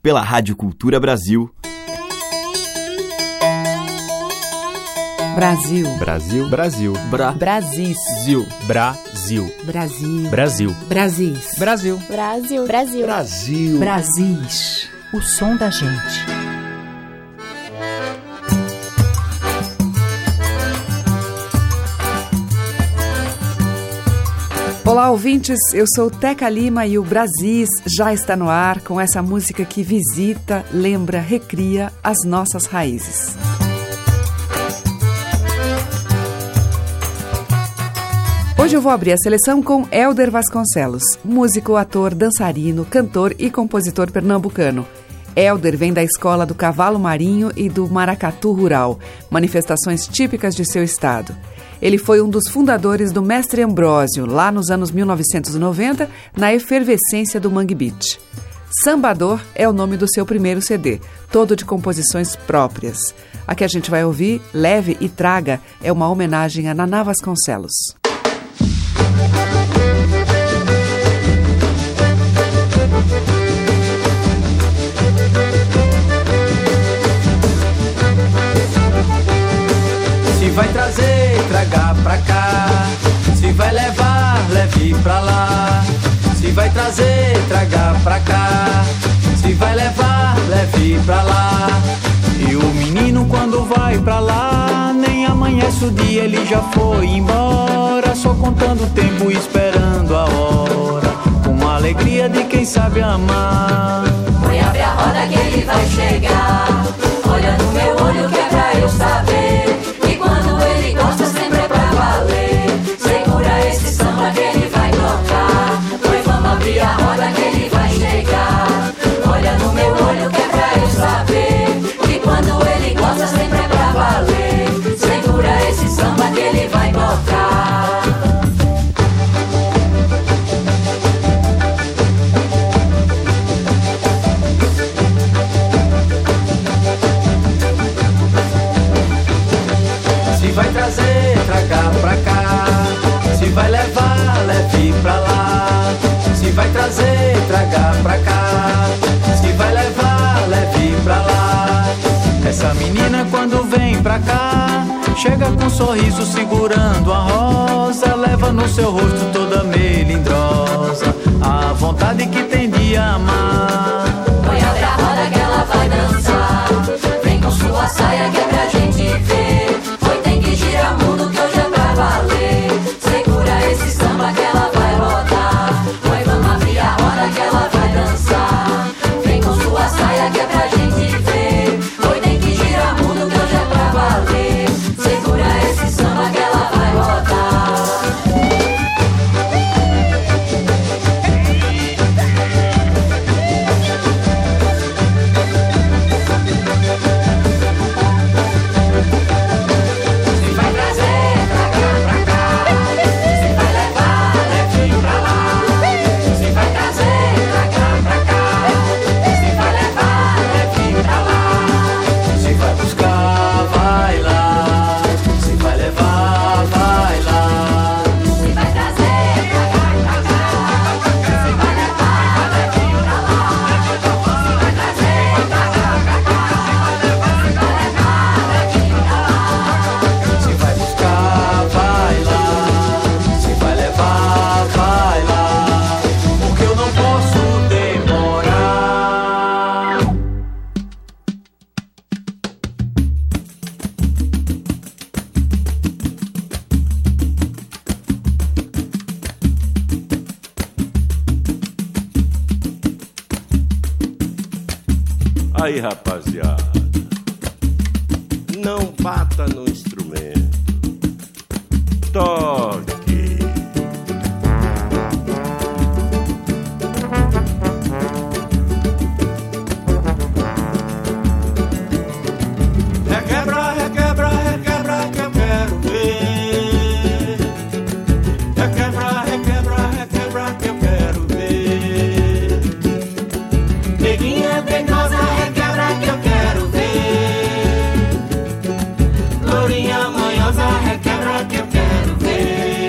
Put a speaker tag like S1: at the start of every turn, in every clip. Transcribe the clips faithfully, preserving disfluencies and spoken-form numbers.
S1: pela Rádio Cultura Brasil.
S2: Brasil.
S3: Brasil. Brasil.
S2: Bra. Brasis.
S3: Zil. Brasil.
S2: Brasil.
S3: Brasil.
S2: Brasis.
S3: Brasil.
S4: Brasil. Brasil.
S5: Brasil.
S2: Brasis. O som da gente. Olá, ouvintes, eu sou Teca Lima e o Brasis já está no ar com essa música que visita, lembra, recria as nossas raízes. Hoje eu vou abrir a seleção com Hélder Vasconcelos, músico, ator, dançarino, cantor e compositor pernambucano. Hélder vem da escola do cavalo marinho e do maracatu rural, manifestações típicas de seu estado. Ele foi um dos fundadores do Mestre Ambrósio, lá nos anos mil novecentos e noventa, na efervescência do Mangue Beat. Sambador é o nome do seu primeiro C D, todo de composições próprias. A que a gente vai ouvir, Leve e Traga, é uma homenagem a Naná Vasconcelos.
S6: Se vai trazer, traga pra cá. Se vai levar, leve pra lá. Se vai trazer, traga pra cá. Se vai levar, leve pra lá. E o menino quando vai pra lá, nem amanhece o dia, ele já foi embora. Só contando o tempo, esperando a hora, com a alegria de quem sabe amar.
S7: Põe, abre a roda que ele vai chegar. Olha no meu olho que é pra eu saber. E quando ele gosta sempre é pra valer. Segura esse samba que ele vai tocar. Põe, vamos abrir a roda que ele vai chegar. Olha no meu olho que é pra eu saber. E quando ele gosta sempre é pra valer. Segura esse samba que ele vai tocar. Se vai trazer, traga pra cá. Se vai levar, leve pra lá. Se vai trazer, traga pra cá. Se vai levar, leve pra lá. Essa menina quando vem pra cá, chega com um sorriso segurando a rosa. Leva no seu rosto toda melindrosa a vontade que tem de amar. Põe, abre a roda que ela vai dançar. Vem com sua saia que é pra gente ver. Foi, tem que girar mundo que hoje é pra valer. Segura esse samba que ela vai rodar. Põe, vamos abrir a roda que ela vai dançar. Vem com sua saia que é pra gente ver. Foi, tem que girar mundo que hoje é pra valer. Segura esse samba que ela vai rodar.
S5: Aí, rapaziada, não bata no instrumento, toque.
S6: Requebra, requebra, requebra que eu quero ver. Requebra, requebra, requebra que eu quero ver. Neguinha teimosa, requebra que eu quero ver. Lourinha manhosa, requebra que eu quero ver.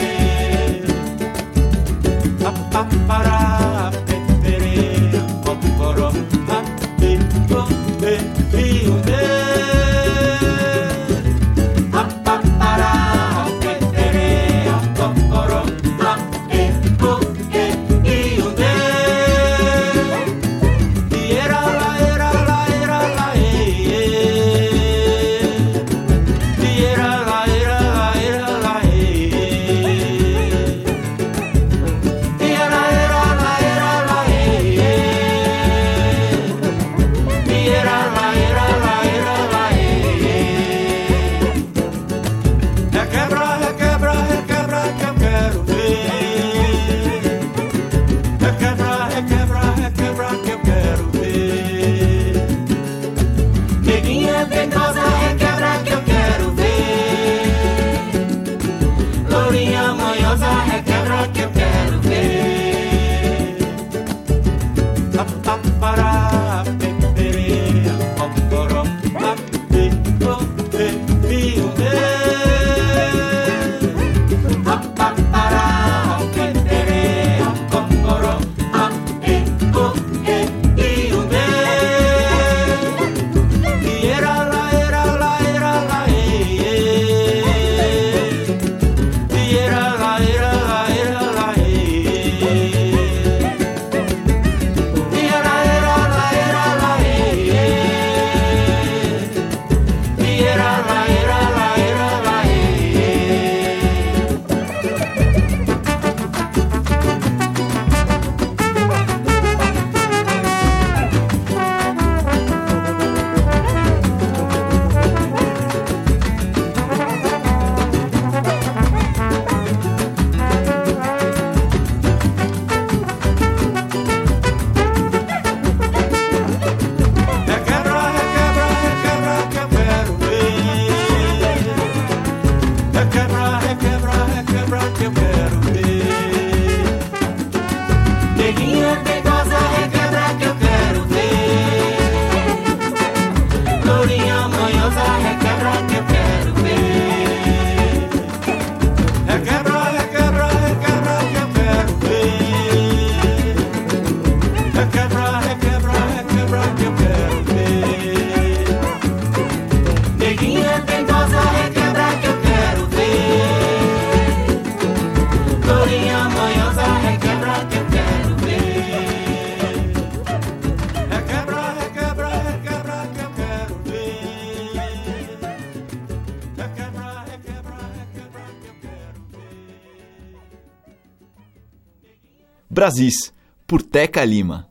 S1: Brasis, por Teca Lima.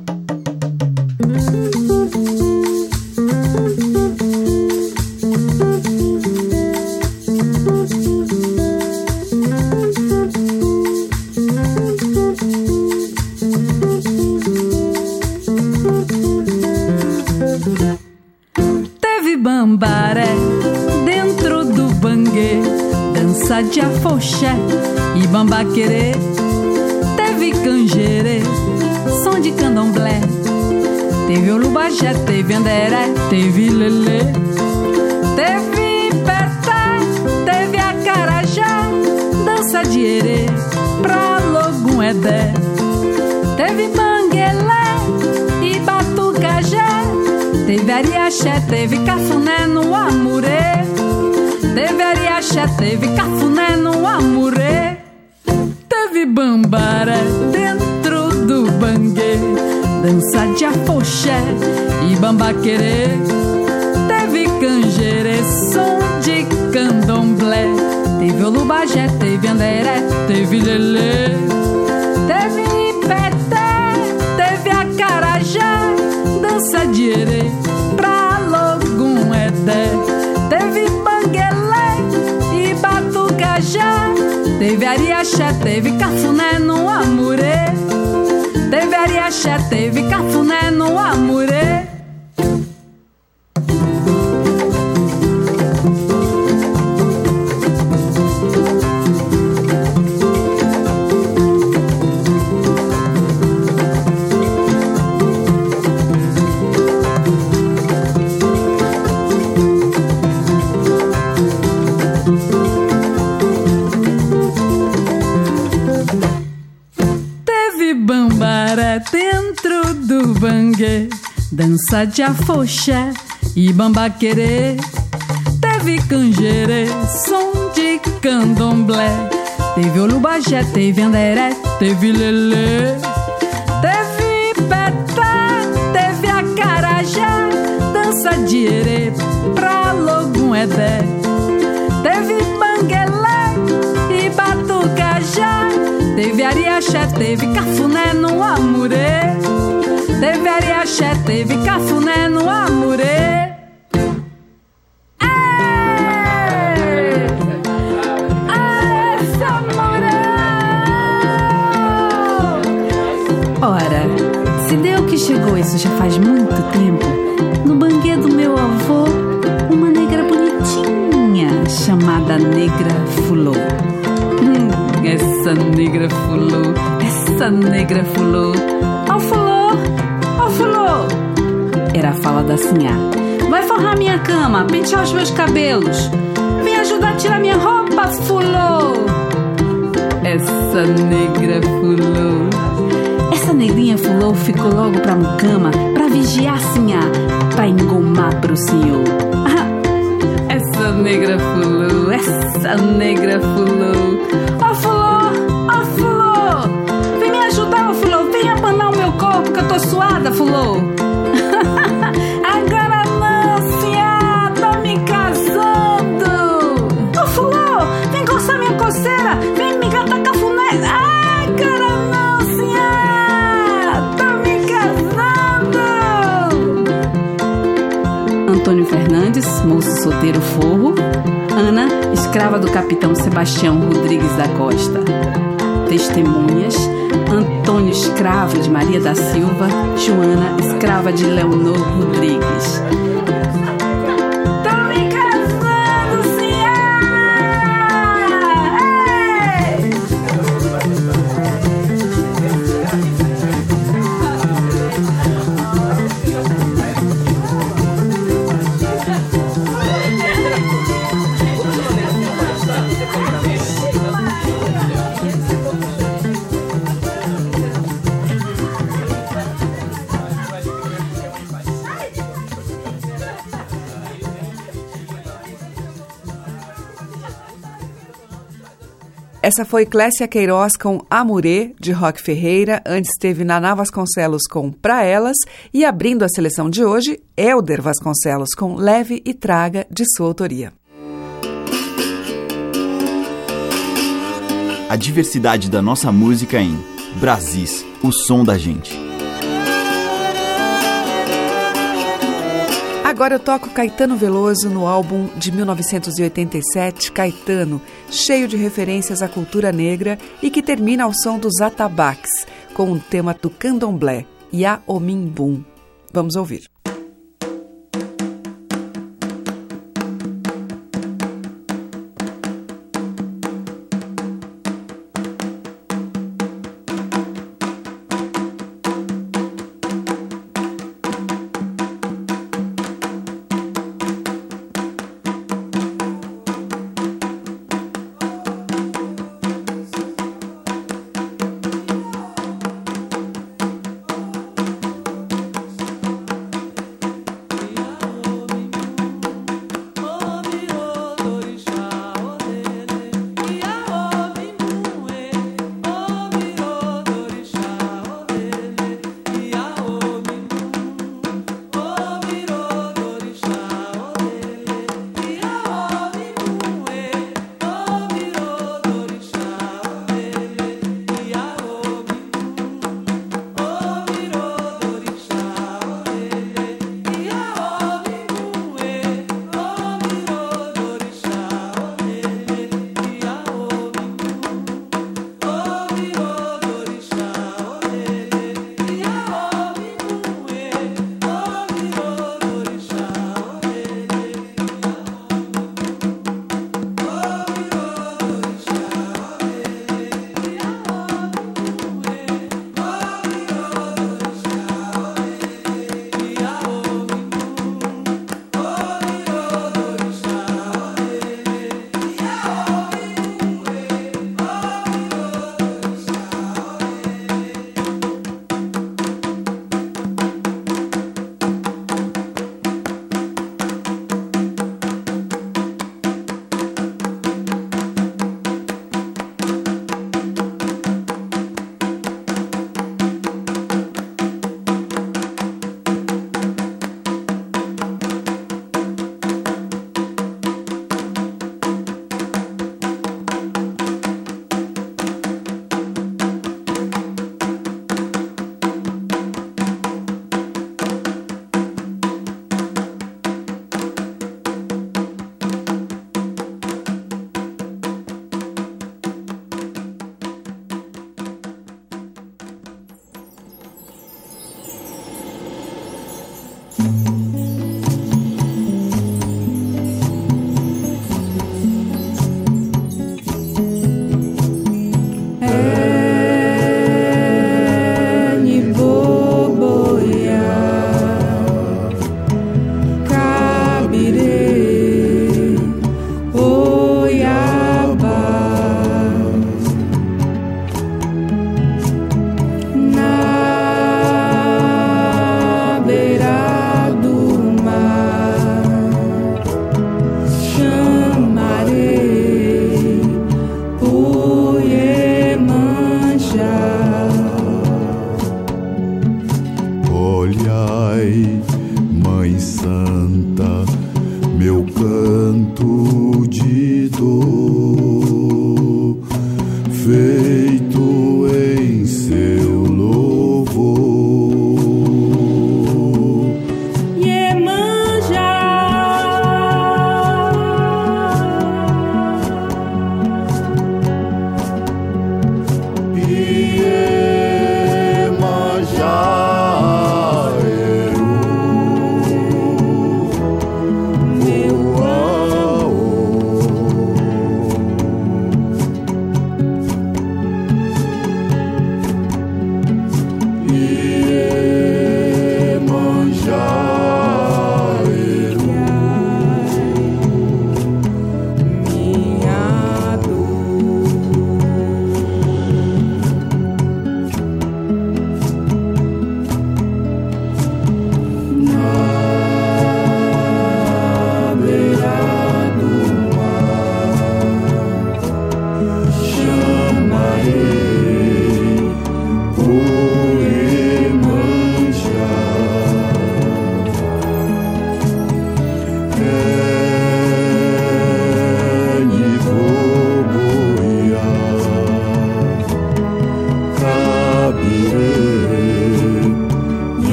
S4: Bambaré dentro do banguê, dança de afoxé e bambaquerê. Teve canjerê, som de candomblé. Teve olubajé, teve anderé, teve lelê. Teve peté, teve acarajé, dança de erê pra logum edé. Teve banguelé e batucajé. Teve ariaxé, teve cafuné no amurê. Teve ariaxé, teve cafuné no amurê. Teve bambaré dentro do banguê, dança de afoxé e bambaquerê. Teve canjerê, som de candomblé. Teve olubajé, teve anderé, teve lelê. Teve peté, teve acarajé, dança de erê pra logum edé. Teve banguelé e batucajé. Teve ariaxé, teve cafuné no amurê. Teve ariaxé, teve cafuné no amurê. Dentro do banguê, dança de afoxé e bambaquerê. Teve canjerê, som de candomblé. Teve olubajé, teve anderé, teve lelê. Teve peté, teve acarajé, dança de erê pra logum edé. Teve banguelé e batucajé. Teve ariaxé, teve cafuné no amurê. Teve ariaxé, teve cafuné no amurê. Ei! Aê, samurê! Ora, se deu que chegou isso já faz muito tempo, no banguê do meu avô, uma negra bonitinha chamada Negra Fulô. Hum, essa negra fulô, essa negra fulô. Ó fulô, ó fulô. Era a fala da sinhá. Vai forrar minha cama, pentear os meus cabelos. Vem ajudar a tirar minha roupa, fulô. Essa negra fulô. Essa negrinha fulô ficou logo pra mucama, pra vigiar a sinhá, pra engomar pro senhor. Essa negra fulô, essa negra fulô. Ó fulô, ó fulô. Vem me ajudar, ó fulô. Vem abanar o meu corpo que eu tô suada, fulô. Agora não, sinhá, tô me casando. Ó fulô, vem coçar minha coceira. Vem me catar cafuné. Agora não, sinhá, tô me casando. Antônio Fernandes, moço solteiro forro. Ana, escrava do capitão Sebastião Rodrigues da Costa. Testemunhas: Antônio, escravo de Maria da Silva. Joana, escrava de Leonor Rodrigues. Tô me casando, sinhá!
S2: Essa foi Clécia Queiroz com Amurê, de Roque Ferreira. Antes teve Naná Vasconcelos com Pra Elas. E abrindo a seleção de hoje, Hélder Vasconcelos com Leve e Traga, de sua autoria.
S1: A diversidade da nossa música em Brasis, o som da gente.
S2: Agora eu toco Caetano Veloso no álbum de mil novecentos e oitenta e sete, Caetano, cheio de referências à cultura negra e que termina ao som dos atabaques, com um tema do candomblé, Yaomimbum. Vamos ouvir.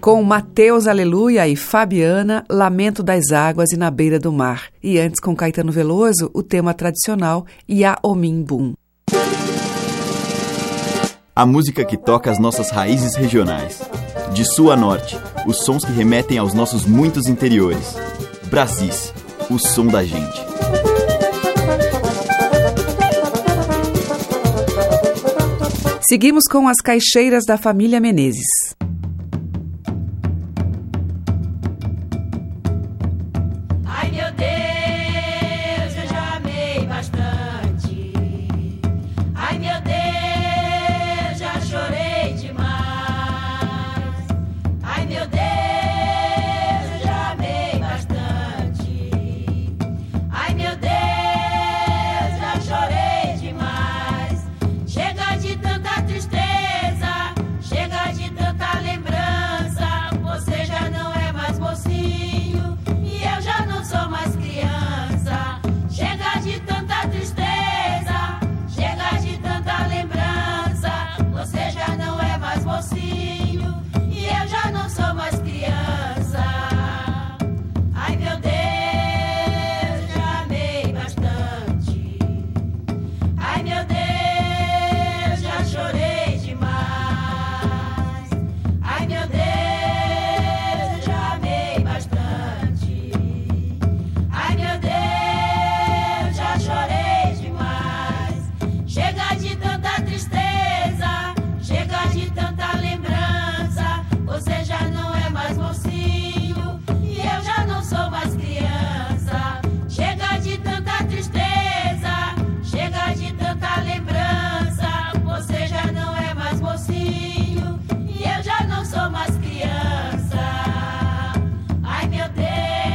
S2: Com Mateus Aleluia e Fabiana, Lamento das Águas e Na Beira do Mar. E antes, com Caetano Veloso, o tema tradicional Yaomim Bum.
S1: A música que toca as nossas raízes regionais. De sul a norte, os sons que remetem aos nossos muitos interiores. Brasis, o som da gente.
S2: Seguimos com as caixeiras da família Menezes.
S8: Ai meu Deus, eu já amei bastante. Ai meu Deus, já chorei demais. Ai meu Deus, eu já amei bastante. Ai meu Deus, já chorei demais. Chega de tanta tristeza, chega de tanta lembrança. Você já não é mais mocinho e eu já não sou mais criança. Chega de tanta tristeza, chega de tanta lembrança. Você já não é mais mocinho e eu já não sou mais criança. Ai meu Deus, já amei bastante. Ai meu Deus, já chorei demais. Ai meu Deus, já amei bastante. Ai meu Deus, já chorei demais. Chega de tanta tristeza, chega de tanta lembrança. Você já não é mais mocinho e eu já não sou mais criança. Chega de tanta tristeza, chega de tanta lembrança. Você já não é mais mocinho e eu já não sou mais criança. Ai meu Deus.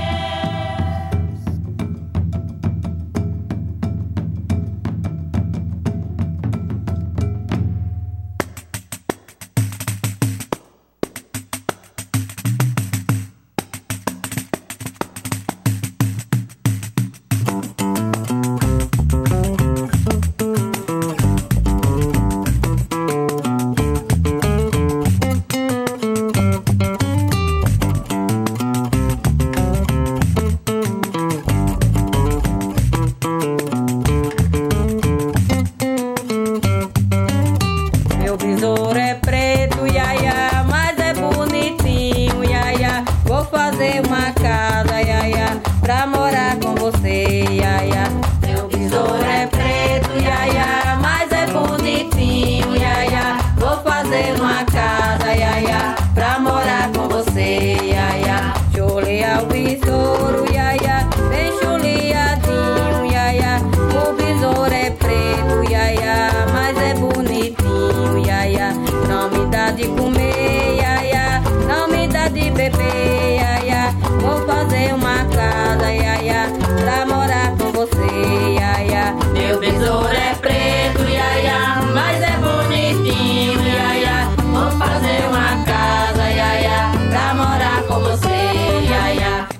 S8: Meu besouro é preto, iaia, mas é bonitinho, iaia. Vou fazer uma casa, iaia, pra morar com você, iaia. Meu besouro é preto, iaia, mas é bonitinho, iaia. Vou fazer uma casa, iaia, pra morar com você, iaia. Cholear o besouro, iaia, bem chuleadinho, iaia. O besouro é preto, iaia, mas é bonitinho, iaia. Não me dá de comer, iaia, não me dá de beber, iaia. Vou fazer uma casa, iaia, pra morar com você, iaia. Meu besouro é preto, iaia, mas é bonitinho, iaia. Vou fazer uma casa, iaia, pra morar com você, iaia.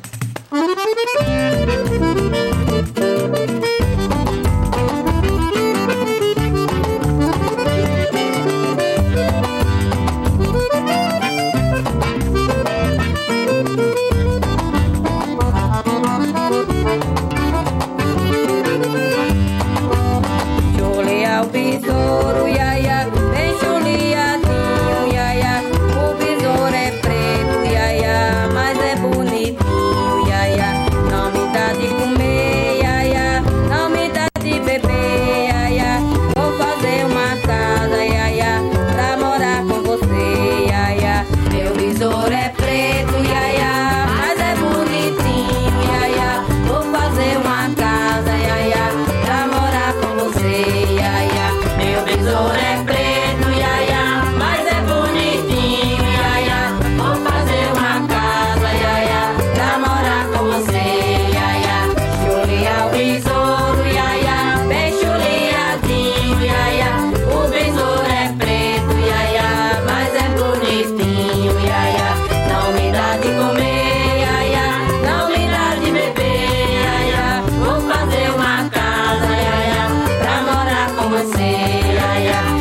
S8: Cholear o besouro, iaia, bem chuleadinho, iaia. O besouro é preto, iaia, mas é bonitinho, iaia. Não me dá de comer, iaia, não me dá de beber, iaia. Vou fazer uma casa, iaia, pra morar com você, iaia. Meu besouro é preto, iaia, mas é bonitinho, iaia. Vou fazer uma casa, iaia, pra morar com você, iaia. Meu besouro é preto, iaia, mas é bonitinho, iaia. Vou fazer uma casa, iaia, pra morar com você, iaia. Cholear o besouro, iaia, bem chuleadinho, iaia. O besouro é preto, iaia, mas é bonitinho, iaia. Não me dá de comer, iaia, não me dá de beber, iaia. Vou fazer uma casa, iaia, pra morar com você, iaia.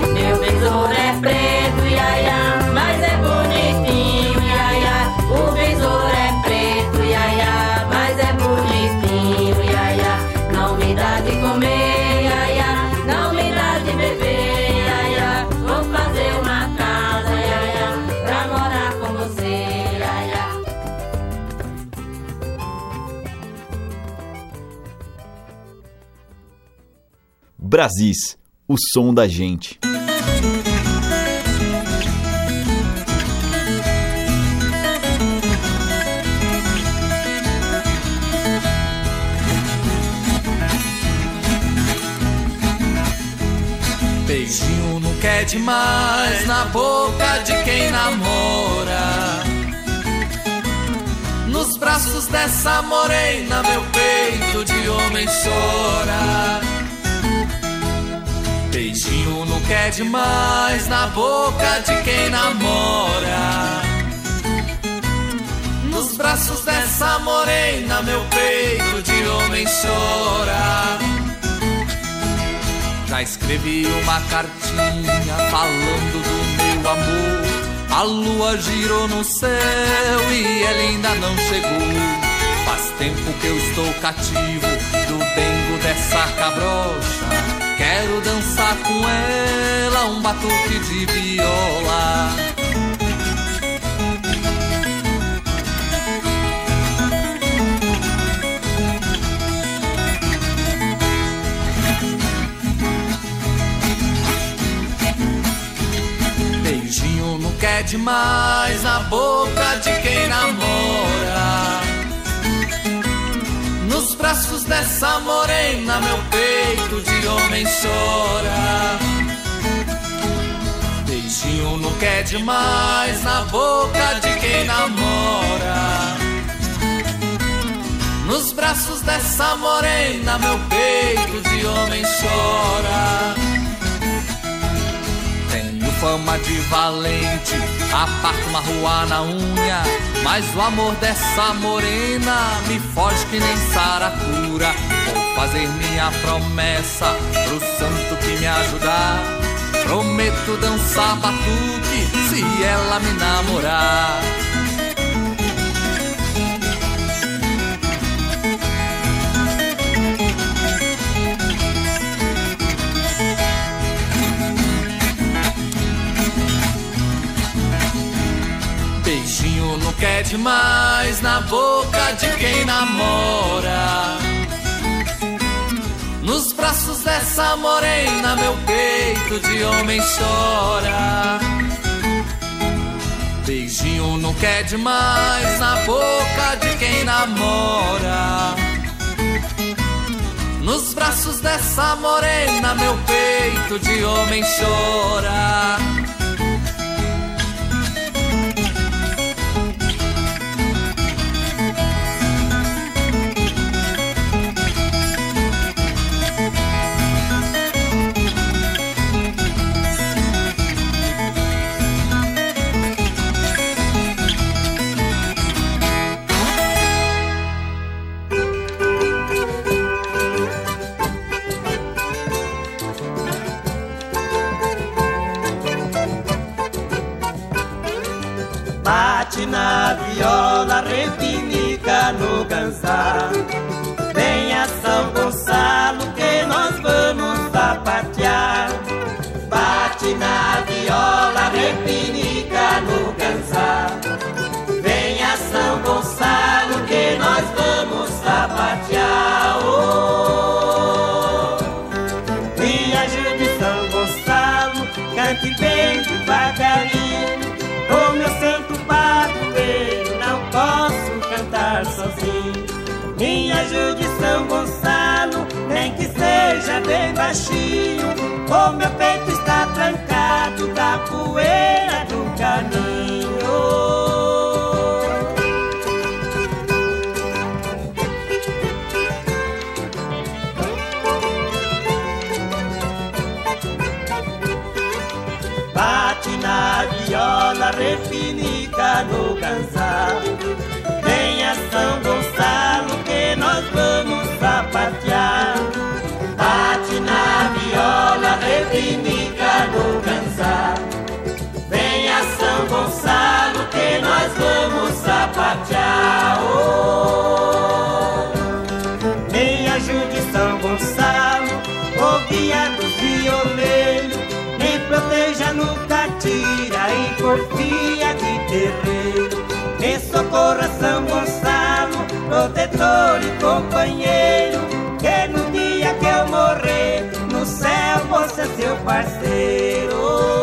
S1: Brasis, o som da gente.
S6: Beijinho nunca é demais na boca de quem namora. Nos braços dessa morena meu peito de homem chora. Beijinho nunca é demais na boca de quem namora. Nos braços dessa morena meu peito de homem chora. Já escrevi uma cartinha falando do meu amor. A lua girou no céu e ela ainda não chegou. Faz tempo que eu estou cativo do bengo dessa cabrocha. Quero dançar com ela um batuque de viola. Beijinho nunca é demais na boca de quem namora. Nos braços dessa morena meu peito de homem chora. Beijinho nunca é demais na boca de quem namora. Nos braços dessa morena meu peito de homem chora. Tenho fama de valente, aparto uma rua na unha, mas o amor dessa morena me foge que nem saracura. Vou fazer minha promessa pro santo que me ajudar. Prometo dançar batuque se ela me namorar. Beijinho nunca é demais na boca de quem namora. Nos braços dessa morena meu peito de homem chora. Beijinho nunca é demais na boca de quem namora. Nos braços dessa morena meu peito de homem chora.
S7: Bate na viola, repinica no ganzá. Venha São Gonçalo que nós vamos sapatear. Bate na viola, repinica no ganzá. Venha São Gonçalo que nós vamos sapatear. Oh, minha Jude São Gonçalo, cante bem devagarinho. O meu santo padroeiro, não posso cantar sozinho. Me ajude São Gonçalo, nem que seja bem baixinho. O meu peito está trancado da poeira do caminho. Bate na viola, repinica no ganzá. Venha São Gonçalo que nós vamos sapatear. Bate na viola, repinica no ganzá. Venha São Gonçalo que nós vamos sapatear. Oh, me ajude São Gonçalo, o guia dos violeiros. Me proteja no catira e porfia de terreiro. Me socorra São Gonçalo, protetor e companheiro. Que no dia que eu morrer, no céu seu parceiro.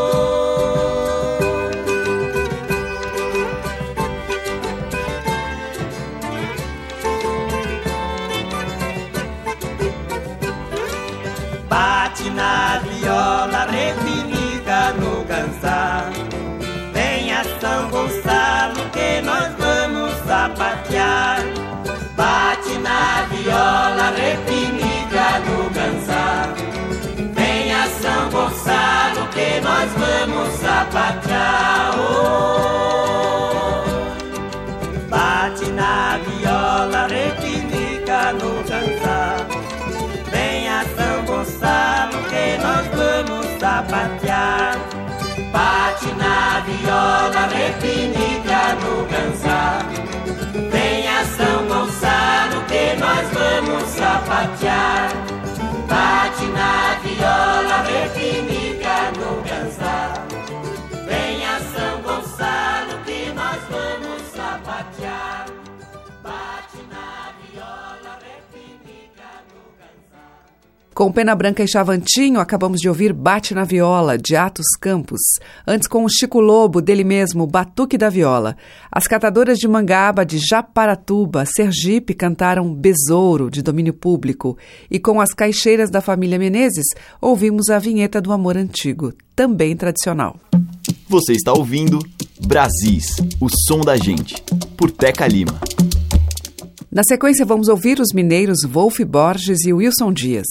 S7: Bate na viola, repiniga no ganzá. Venha São Gonçalo que nós vamos sapatear. Bate na viola, repiniga no ganzá. Venha São Gonçalo que nós vamos sapatear. Oh! Bate na viola, repiniga no ganzá. Venha São Gonçalo que nós vamos sapatear. Bate na viola, repiniga no ganzá. Venha São Gonçalo que nós vamos sapatear. Bate na viola, repiniga no ganzá. Venha São Gonçalo que nós vamos sapatear. Bate na viola, repiniga no ganzá.
S2: Com Pena Branca e Chavantinho, acabamos de ouvir Bate na Viola, de Atos Campos. Antes com o Chico Lobo, dele mesmo, Batuque da Viola. As Catadoras de Mangaba, de Japaratuba, Sergipe, cantaram Besouro, de domínio público. E com as Caixeiras da família Menezes, ouvimos a vinheta do Amor Antigo, também tradicional.
S1: Você está ouvindo Brasis, o som da gente, por Teca Lima.
S2: Na sequência, vamos ouvir os mineiros Wolf Borges e Wilson Dias.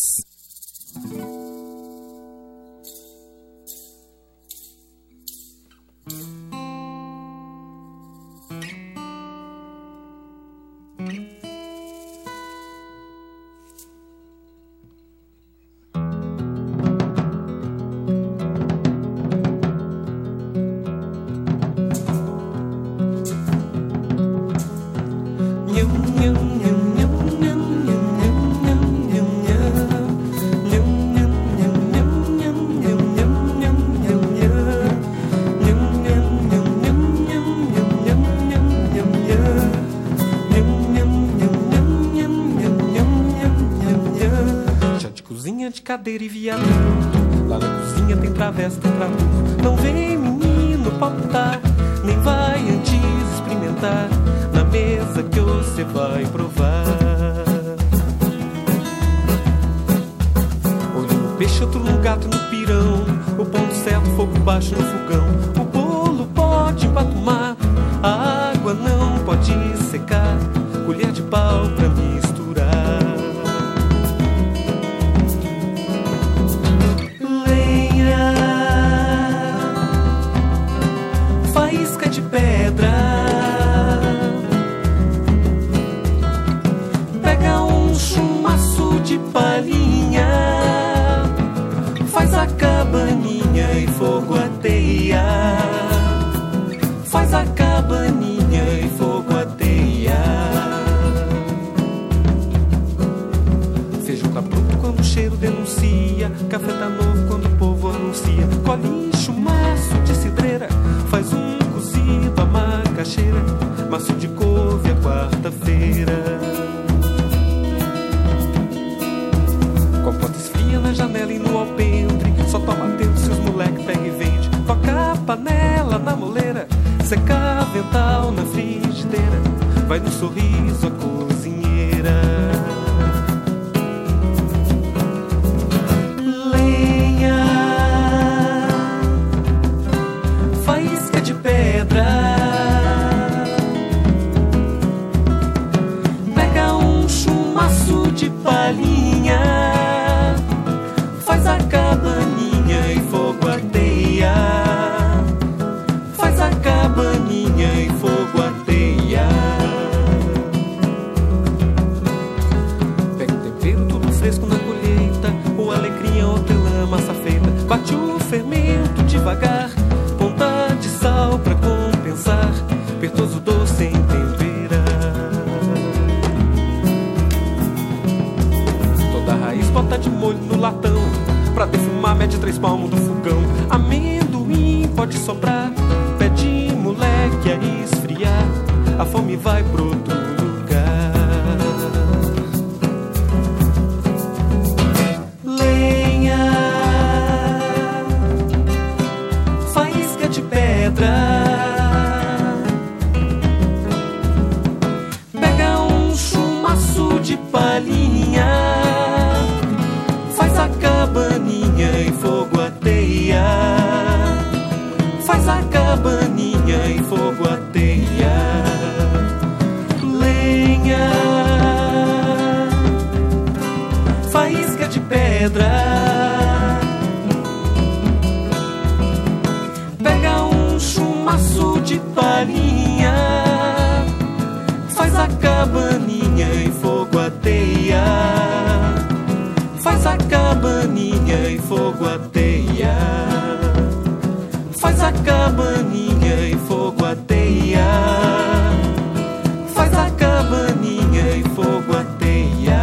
S9: Cadeira e viaduto, lá na cozinha tem travessa, tem trator. Não vem menino palpitar, nem vai antes experimentar na mesa que você vai provar. Olho no peixe, outro no gato e no pirão. O ponto certo, fogo baixo no fogão. O bolo pode empatumar, a água não pode secar. Colher de pau pra misturar. Faísca de pedra, pega um chumaço de palhinha, faz a cabaninha e fogo a teia. Faz a cabaninha e fogo a teia. Feijão tá pronto quando o cheiro denuncia, café tá novo quando o povo anuncia. Colhe chumaço de cidreira, faz um cozido a macaxeira, maço de couve a quarta-feira. Compota esfria na janela e no alpendre, só toma tempo se os moleque pega e vende. Toca a panela na moleira, seca avental na frigideira, vai no sorriso a cozinheira. Lenha, faísca de pedra, pega um chumaço de palhinha, faz a cabaninha e fogo a teia. Faz a cabaninha e fogo a teia. Pega o tempero tudo fresco na colheita, o alecrim, hortelã, massa feita. Bate o fermento devagar, ponta de sal pra compensar, pertoso doce em temperar. Toda a raiz bota de molho no latão, pra defumar mede três palmos do fogão. Amendoim pode sobrar, pede moleque a esfriar, a fome vai pro outro lugar. Lenha, faz a cabaninha em fogo a teia. Lenha, faísca de pedra, pega um chumaço de palhinha, faz a cabaninha em fogo a teia. Faz a cabaninha em fogo a teia. Faz a cabaninha em fogo a teia. Faz a cabaninha em fogo a teia.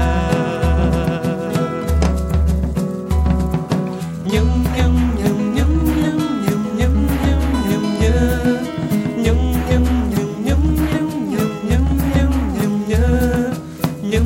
S9: Nham, nham, nham, nham, nham, nham, nham, nham, nham, nham, nham, nham, nham, nham, nham, nham,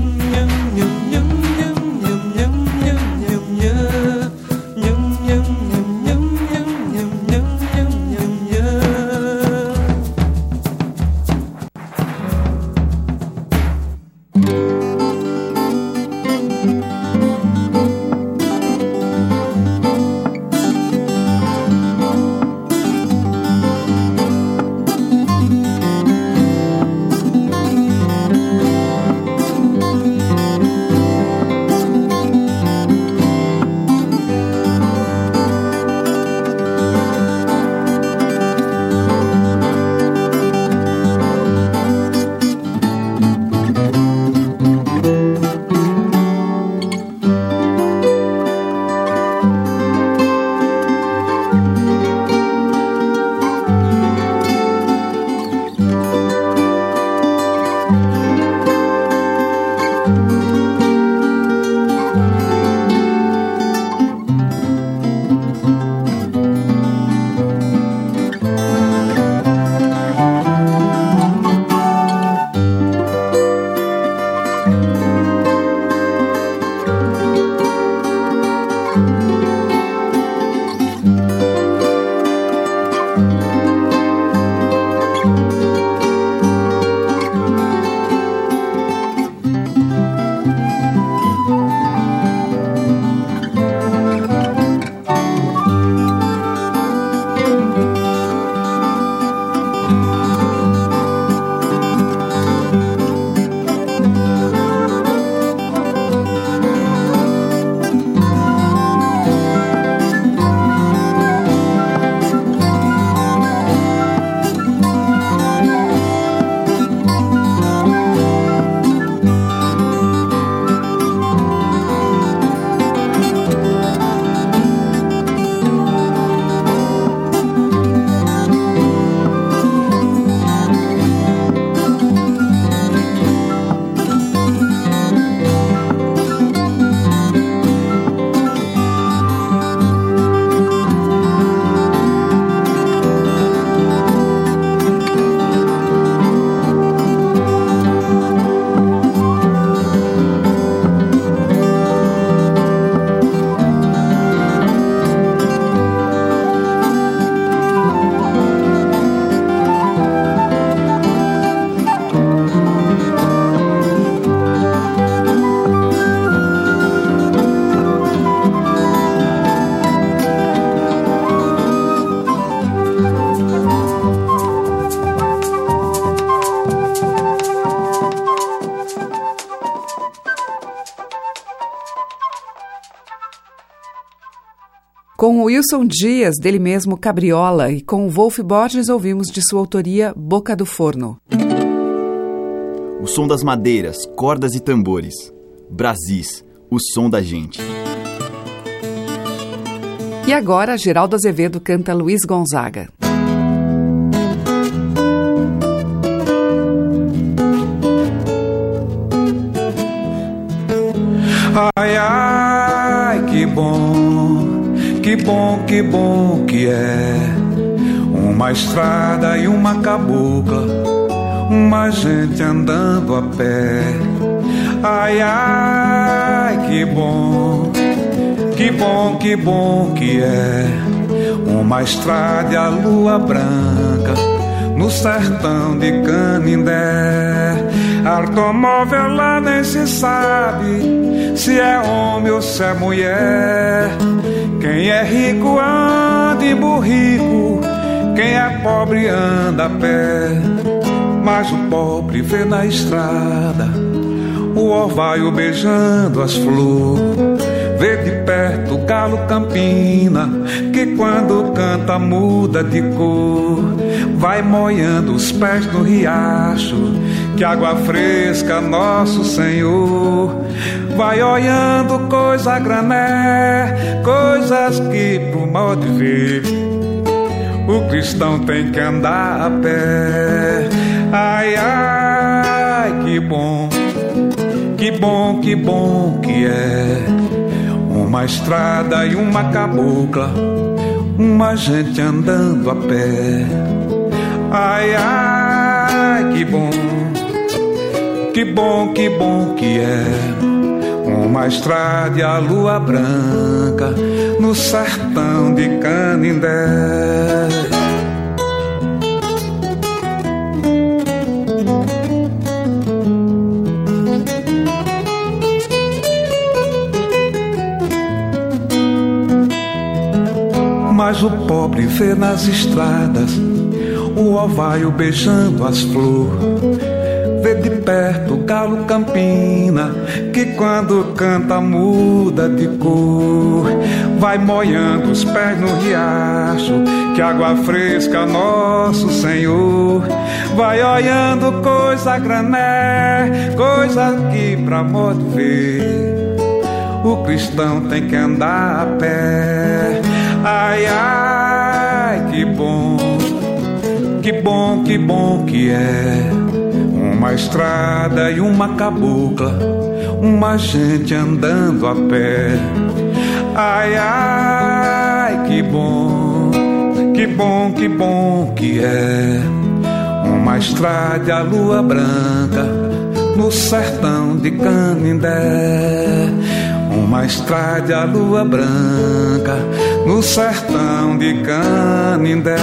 S2: Com o Wilson Dias, dele mesmo Cabriola, e com o Wolf Borges ouvimos de sua autoria Boca do Forno.
S1: O som das madeiras, cordas e tambores. Brasis, o som da gente.
S2: E agora, Geraldo Azevedo canta Luiz Gonzaga.
S10: Ai, ai, que bom, que bom, que bom que é uma estrada e uma cabocla, uma gente andando a pé. Ai, ai, que bom, que bom, que bom que é uma estrada e a lua branca no sertão de Canindé. Automóvel lá nem se sabe se é homem ou se é mulher. Quem é rico anda em burrico, quem pobre anda a pé, mas o pobre vê na estrada o orvalho beijando as flores. Vê de perto o galo campina, que quando canta muda de cor. Vai molhando os pés no riacho, que água fresca nosso Senhor. Vai olhando coisa a grané, coisas que pro modo de ver o cristão tem que andar a pé. Ai, ai, que bom, que bom, que bom que é uma estrada e uma cabocla, uma gente andando a pé. Ai, ai, que bom, que bom, que bom que é uma estrada e a lua branca no sertão de Canindé. Mas o pobre vê nas estradas o orvalho beijando as flores. Vê de perto o galo campina, que quando canta muda de cor. Vai molhando os pés no riacho, que água fresca nosso Senhor. Vai olhando coisa a grané, coisa que pra modo ver o cristão tem que andar a pé. Ai, ai, que bom, que bom, que bom que é uma estrada e uma cabocla, uma gente andando a pé. Ai, ai, que bom, que bom, que bom que é uma estrada e a lua branca no sertão de Canindé. Uma estrada e a lua branca no sertão de Canindé.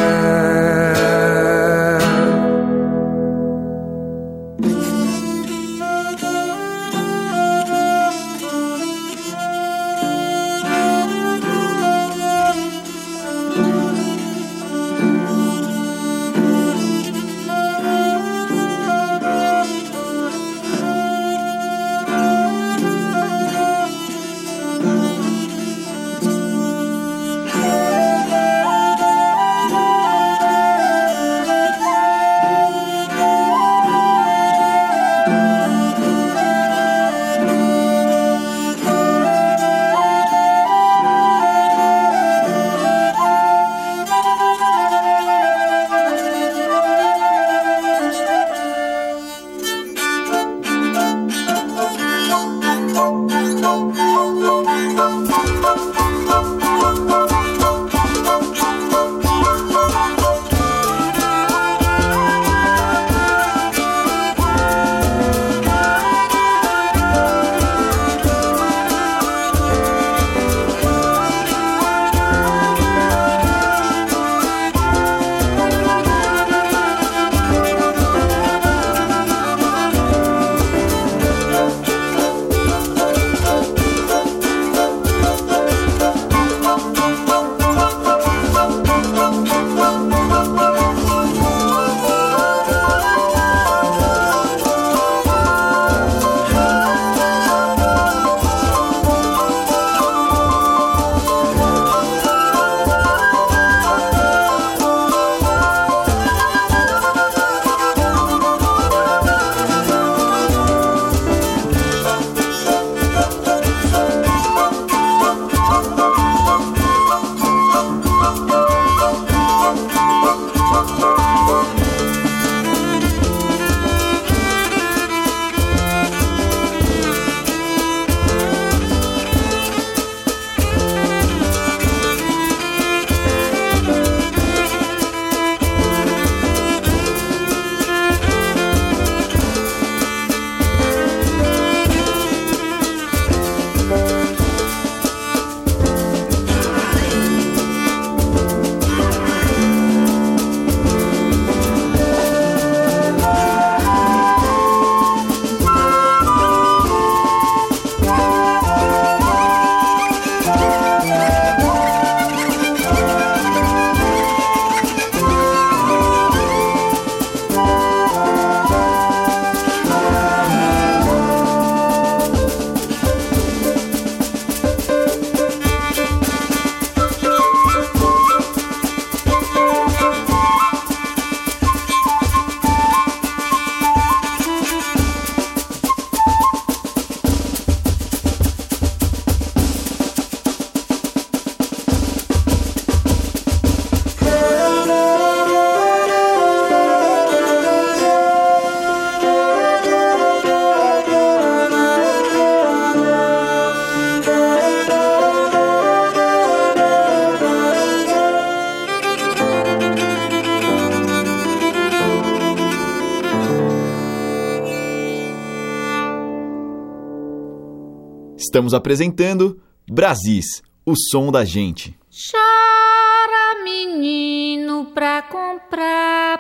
S1: Estamos apresentando Brasis, o som da gente.
S11: Chora, menino, pra comprar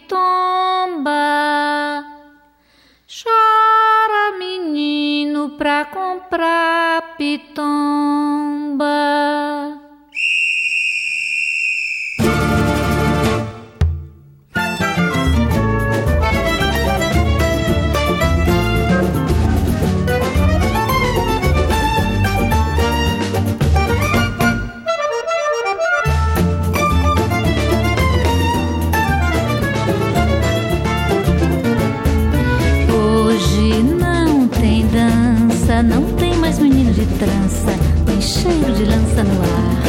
S11: pitomba. Chora, menino, pra comprar pitomba.
S4: Não tem mais menino de trança, nem cheiro de lança no ar.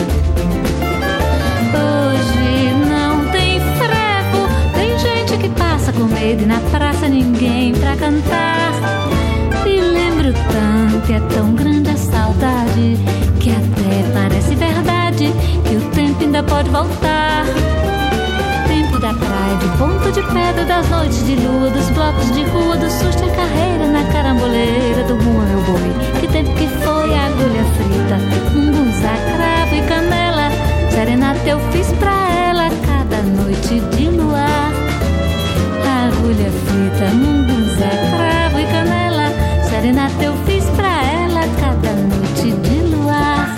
S4: Hoje não tem frevo, tem gente que passa com medo e na praça ninguém pra cantar. Me lembro tanto, é tão grande a saudade, que até parece verdade que o tempo ainda pode voltar. Tempo da praia, do ponto de pedra, das noites de lua, dos blocos de rua, do susto e carreira na caramboleira do Mua Meu Boi. Que tempo que foi a agulha frita, mungunzá, cravo e canela, serenata eu fiz pra ela cada noite de luar. Agulha frita, mungunzá, cravo e canela, serenata eu fiz pra ela cada noite de luar.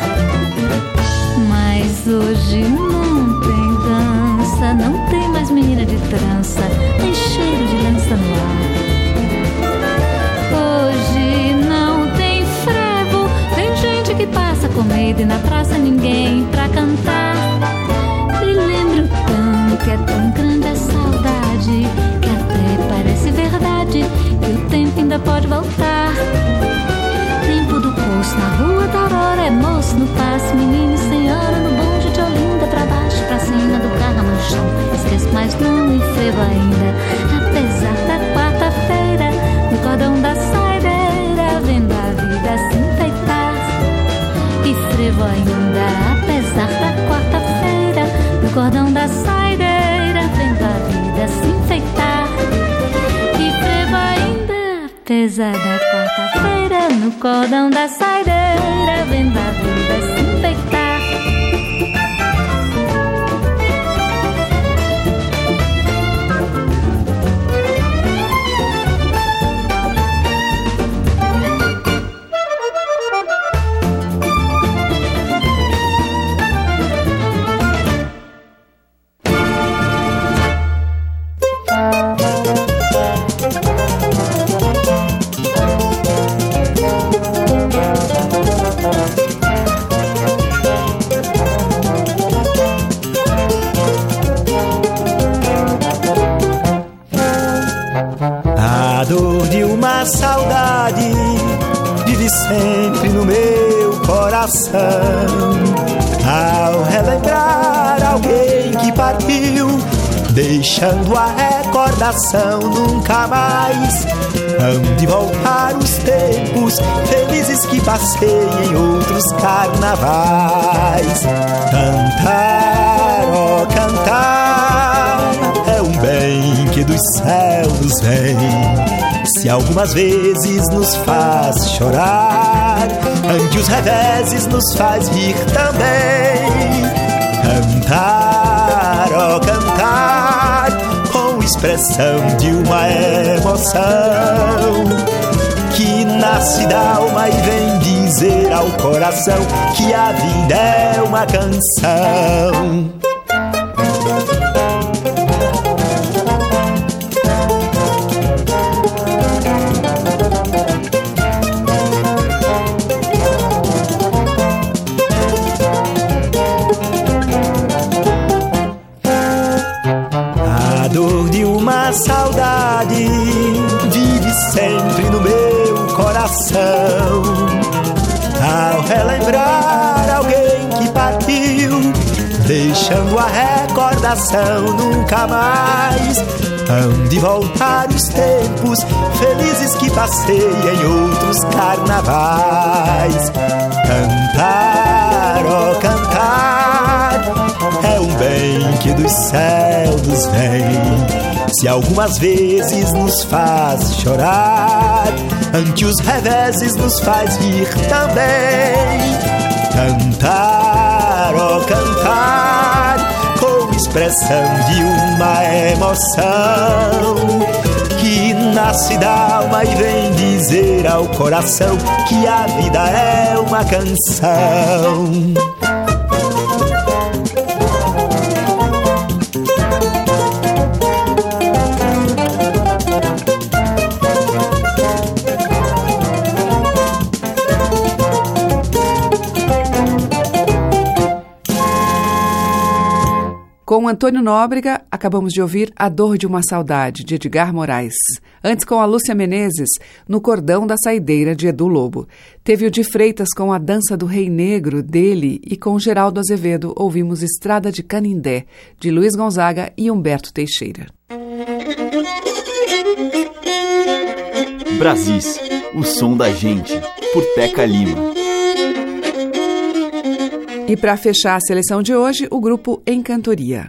S4: Mas hoje não tem dança, não tem mais menina de trança, nem cheiro de lança no ar. Hoje não tem frevo, tem gente que passa com medo e na praça ninguém pra cantar. Me lembro tanto, é tão grande a saudade, que até parece verdade que o tempo ainda pode voltar. Tempo do poço na rua da Aurora, é moço no passe, menino e senhora no bonde de Olinda, pra baixo, pra cima do carro no chão. Esqueço, mas não me frevo ainda, apesar da quarta-feira, no cordão da saideira, vendo a vida se enfeitar. E frevo ainda, apesar da quarta-feira, no cordão da saideira, vendo a vida se enfeitar. E frevo ainda, apesar da quarta-feira, no cordão da saideira, vendo a vida se enfeitar.
S12: A dor de uma saudade vive sempre no meu coração. Ao relembrar alguém que partiu, deixando a recordação, nunca mais hão de voltar os tempos felizes que passei em outros carnavais. Cantar, ó cantar, é um bem que dos céus vem. Se algumas vezes nos faz chorar, ante os reveses nos faz rir também. Cantar, ó cantar, com expressão de uma emoção que nasce da alma e vem dizer ao coração que a vida é uma canção. A saudade vive sempre no meu coração. Ao relembrar alguém que partiu, deixando a recordação, nunca mais hão de voltar os tempos felizes que passei em outros carnavais. Cantar, ó cantar, é um bem que dos céus vem. se algumas vezes nos faz chorar, ante os reveses nos faz rir também. Cantar, ó oh cantar, com expressão de uma emoção que nasce da alma e vem dizer ao coração que a vida é uma canção.
S2: Com Antônio Nóbrega, acabamos de ouvir A Dor de uma Saudade, de Edgar Moraes. Antes, com a Lúcia Menezes, No Cordão da Saideira, de Edu Lobo. Teve o de Freitas com A Dança do Rei Negro, dele, e com Geraldo Azevedo ouvimos Estrada de Canindé, de Luiz Gonzaga e Humberto Teixeira.
S1: Brasis, o som da gente, por Teca Lima.
S2: E para fechar a seleção de hoje, o grupo Encantoria.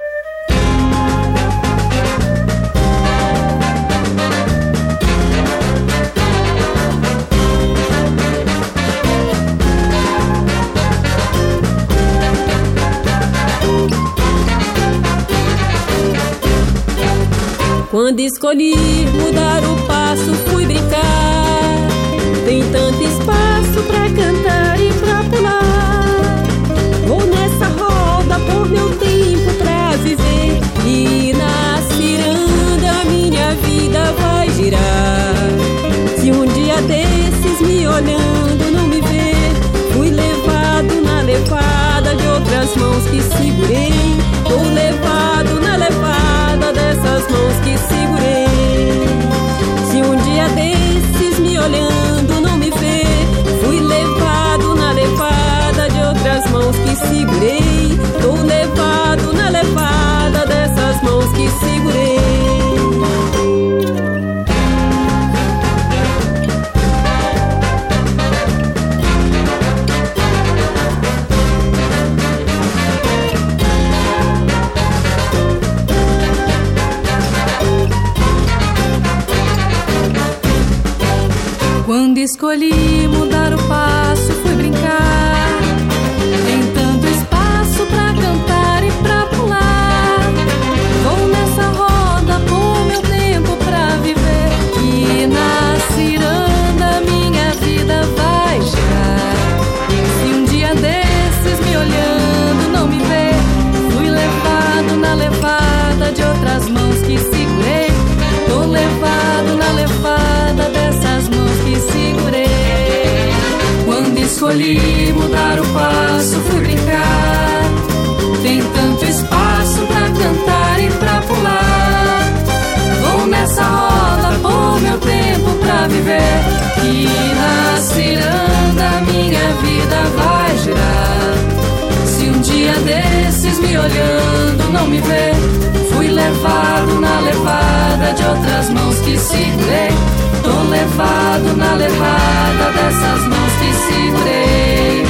S13: Quando escolhi mudar o passo, fui brincar. Tem tanto espaço pra cantar e pra pular. Vou nessa roda por meu tempo pra viver, e na ciranda minha vida vai girar. Se um dia desses me olhando não me ver, fui levado na levada de outras mãos que segurei. Vou levado na levada dessas mãos que segurei. Se um dia desses me olhando não me ver, fui levado na levada de outras mãos que segurei. Tô levado na levada dessas mãos que segurei.
S11: Quando escolhi mudar o passo, fui brincar. Tem tanto espaço pra cantar e pra pular. Vou nessa roda por meu tempo pra viver, e na ciranda minha vida vai girar. Se um dia desses me olhando não me ver, fui levado na levada de outras mãos que segurei. Tô levado na levada dessas mãos que segurei. Quando escolhi mudar o passo, fui brincar. Tem tanto espaço pra cantar e pra pular. Vou nessa roda por meu tempo pra viver, e na ciranda minha vida vai girar. Se um dia desses me olhando não me ver, fui levado na levada de outras mãos que segurei. Tô levado na levada dessas mãos que segurei.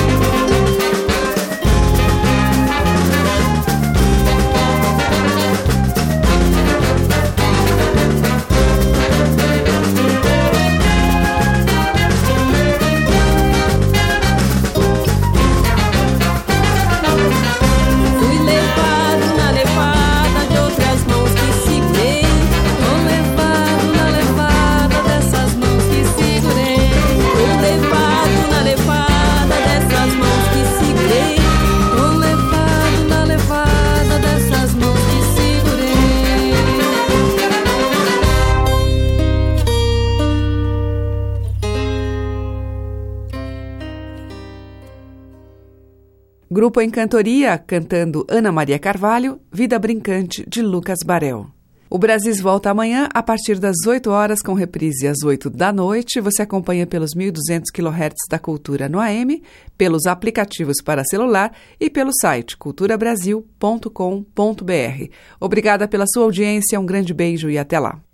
S2: Grupo Encantoria, cantando Ana Maria Carvalho, Vida Brincante, de Lucas Barel. O Brasis volta amanhã a partir das oito horas, com reprise às oito da noite. Você acompanha pelos mil e duzentos quilohertz da Cultura no A M, pelos aplicativos para celular e pelo site cultura brasil ponto com ponto b r. Obrigada pela sua audiência, um grande beijo e até lá.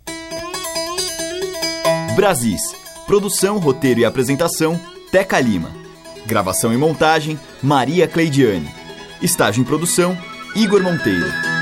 S1: Brasis. Produção, roteiro e apresentação, Teca Lima. Gravação e montagem, Maria Cleidiane. Estágio em produção, Igor Monteiro.